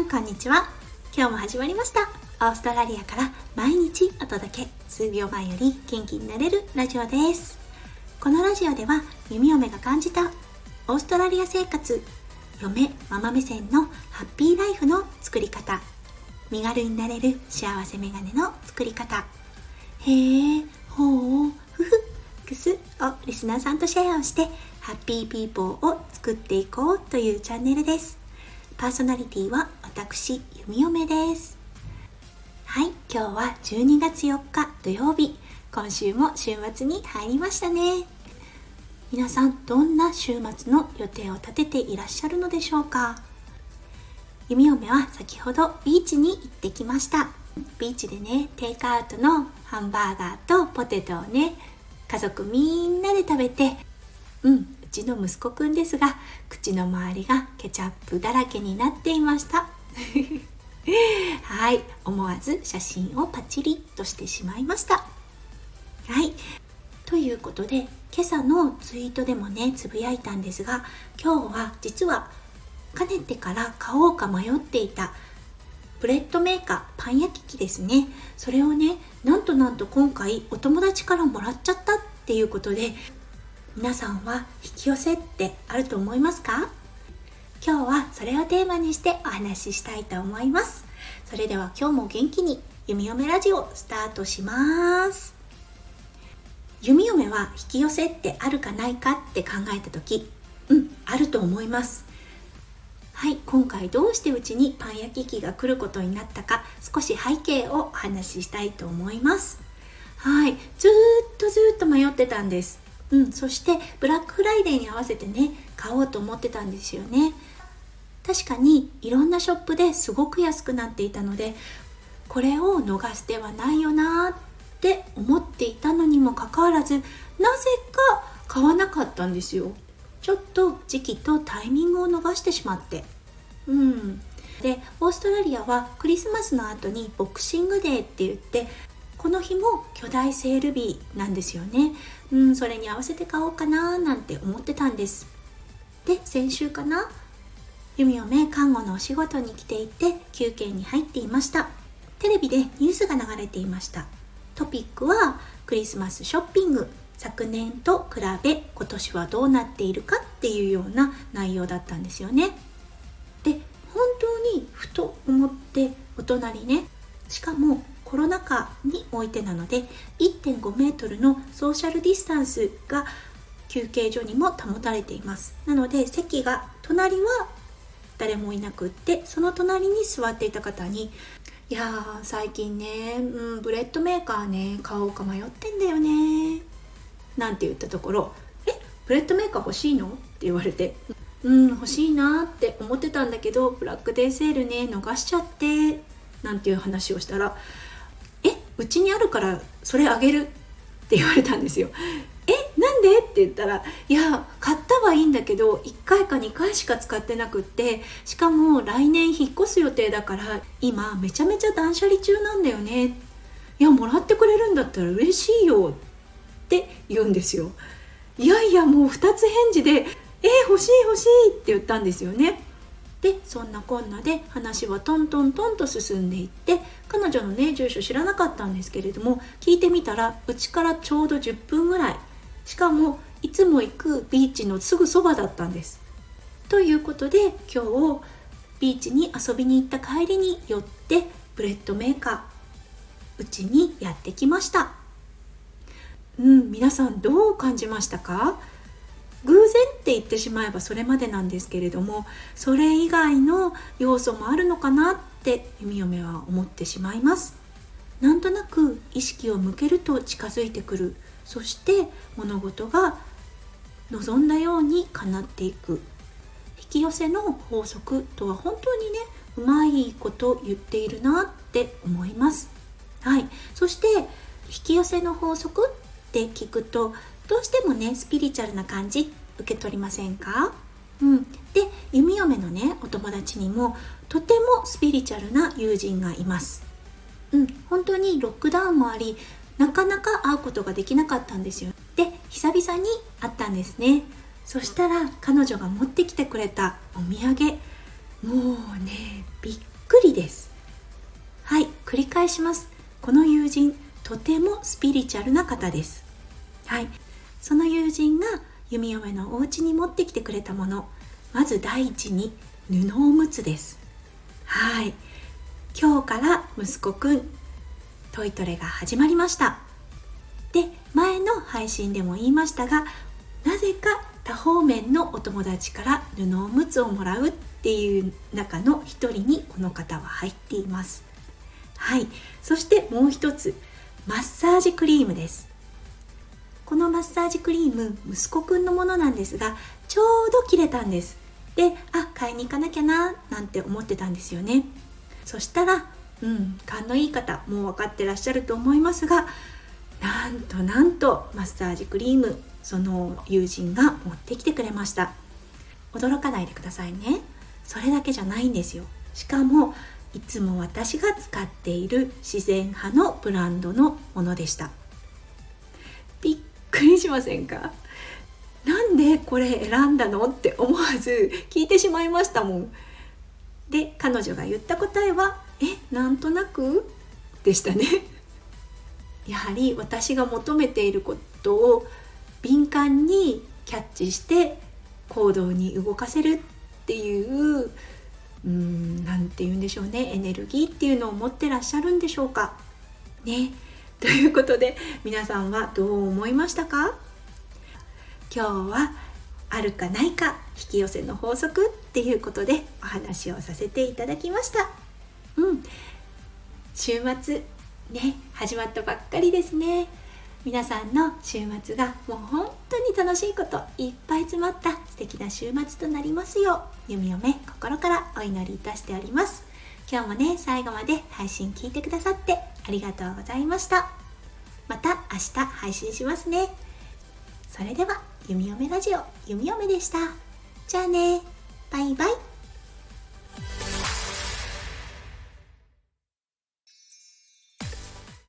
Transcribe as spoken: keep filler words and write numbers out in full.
んこんにちは。今日も始まりました。オーストラリアから毎日お届け、数秒前より元気になれるラジオです。このラジオでは弓嫁が感じたオーストラリア生活、嫁ママ目線のハッピーライフの作り方、身軽になれる幸せメガネの作り方、へーほーふふくすをリスナーさんとシェアをしてハッピーピーポーを作っていこうというチャンネルです。パーソナリティは私弓嫁です。はい、今日はじゅうにがつよっか土曜日、今週も週末に入りましたね。皆さんどんな週末の予定を立てていらっしゃるのでしょうか。弓嫁は先ほどビーチに行ってきました。ビーチでね、テイクアウトのハンバーガーとポテトをね、家族みんなで食べて、うん、うちの息子くんですが、口の周りがケチャップだらけになっていましたはい、思わず写真をパチリとしてしまいました。はい、ということで今朝のツイートでもねつぶやいたんですが、今日は実はかねてから買おうか迷っていたブレッドメーカー、パン焼き器ですね。それをね、なんとなんと今回お友達からもらっちゃったっていうことで、皆さんは引き寄せってあると思いますか？今日はそれをテーマにしてお話ししたいと思います。それでは今日も元気に弓嫁ラジオスタートします。弓嫁は引き寄せってあるかないかって考えた時、うんあると思います。はい、今回どうしてうちにパン焼き器が来ることになったか、少し背景をお話ししたいと思います。はい、ずーっとずーっと迷ってたんです。うん、そしてブラックフライデーに合わせてね、買おうと思ってたんですよね。確かにいろんなショップですごく安くなっていたので、これを逃す手はないよなって思っていたのにもかかわらず、なぜか買わなかったんですよ。ちょっと時期とタイミングを逃してしまって、うん、でオーストラリアはクリスマスの後にボクシングデーって言って、この日も巨大セール日なんですよね。うん、それに合わせて買おうかななんて思ってたんです。で、先週かな、弓嫁看護のお仕事に来ていて休憩に入っていました。テレビでニュースが流れていました。トピックはクリスマスショッピング、昨年と比べ今年はどうなっているかっていうような内容だったんですよね。で、本当にふと思って、お隣ね、しかもコロナ禍においてなので いってんごメートルのソーシャルディスタンスが休憩所にも保たれています。なので席が、隣は誰もいなくって、その隣に座っていた方に、いやー最近ね、うん、ブレッドメーカーね買おうか迷ってんだよねなんて言ったところ、えブレッドメーカー欲しいのって言われて、うん欲しいなって思ってたんだけどブラックデーセールね逃しちゃってなんていう話をしたら、えうちにあるからそれあげるって言われたんですよ。えなんでって言ったら、いや買ったはいいんだけどいっかいかにかいしか使ってなくって、しかも来年引っ越す予定だから今めちゃめちゃ断捨離中なんだよね。いやもらってくれるんだったら嬉しいよって言うんですよ。いやいやもうふたつ返事で、え欲しい欲しいって言ったんですよね。でそんなこんなで話はトントントンと進んでいって、彼女のね住所知らなかったんですけれども、聞いてみたらうちからちょうどじゅっぷんぐらい、しかもいつも行くビーチのすぐそばだったんです。ということで今日ビーチに遊びに行った帰りに寄ってブレッドメーカーうちにやってきました。うん、皆さんどう感じましたか？偶然って言ってしまえばそれまでなんですけれども、それ以外の要素もあるのかなって弓嫁は思ってしまいます。なんとなく意識を向けると近づいてくる、そして物事が望んだように叶っていく、引き寄せの法則とは本当にねうまいこと言っているなって思います。はい、そして引き寄せの法則って聞くとどうしてもねスピリチュアルな感じ受け取りませんか？うん、で弓嫁のねお友達にもとてもスピリチュアルな友人がいます。うん、本当にロックダウンもありなかなか会うことができなかったんですよ。で久々に会ったんですね。そしたら彼女が持ってきてくれたお土産、もうねびっくりです。はい、繰り返します。この友人、とてもスピリチュアルな方です。はい、その友人が弓嫁のお家に持ってきてくれたもの、まず第一に布おむつです。はい、今日から息子くんトイトレが始まりました。で、前の配信でも言いましたが、なぜか多方面のお友達から布おむつをもらうっていう中の一人にこの方は入っています。はい、そしてもう一つ、マッサージクリームです。このマッサージクリーム、息子くんのものなんですが、ちょうど切れたんです。で、あ、買いに行かなきゃななんて思ってたんですよね。そしたら、うん、勘のいい方、もう分かってらっしゃると思いますが、なんとなんとマッサージクリーム、その友人が持ってきてくれました。驚かないでくださいね。それだけじゃないんですよ。しかもいつも私が使っている自然派のブランドのものでした。びっくりしませんか？なんでこれ選んだのって思わず聞いてしまいましたもん。で、彼女が言った答えは、え、なんとなくでしたね。やはり私が求めていることを敏感にキャッチして行動に動かせるっていう、うーん、なんて言うんでしょうね、エネルギーっていうのを持ってらっしゃるんでしょうかね。ということで、皆さんはどう思いましたか？今日はあるかないか引き寄せの法則っていうことでお話をさせていただきました。うん、週末ね、始まったばっかりですね。皆さんの週末がもう本当に楽しいこといっぱい詰まった素敵な週末となりますよう、弓嫁心からお祈りいたしております。今日もね、最後まで配信聞いてくださってありがとうございました。また明日配信しますね。それでは弓嫁ラジオ、弓嫁でした。じゃあね、バイバイ。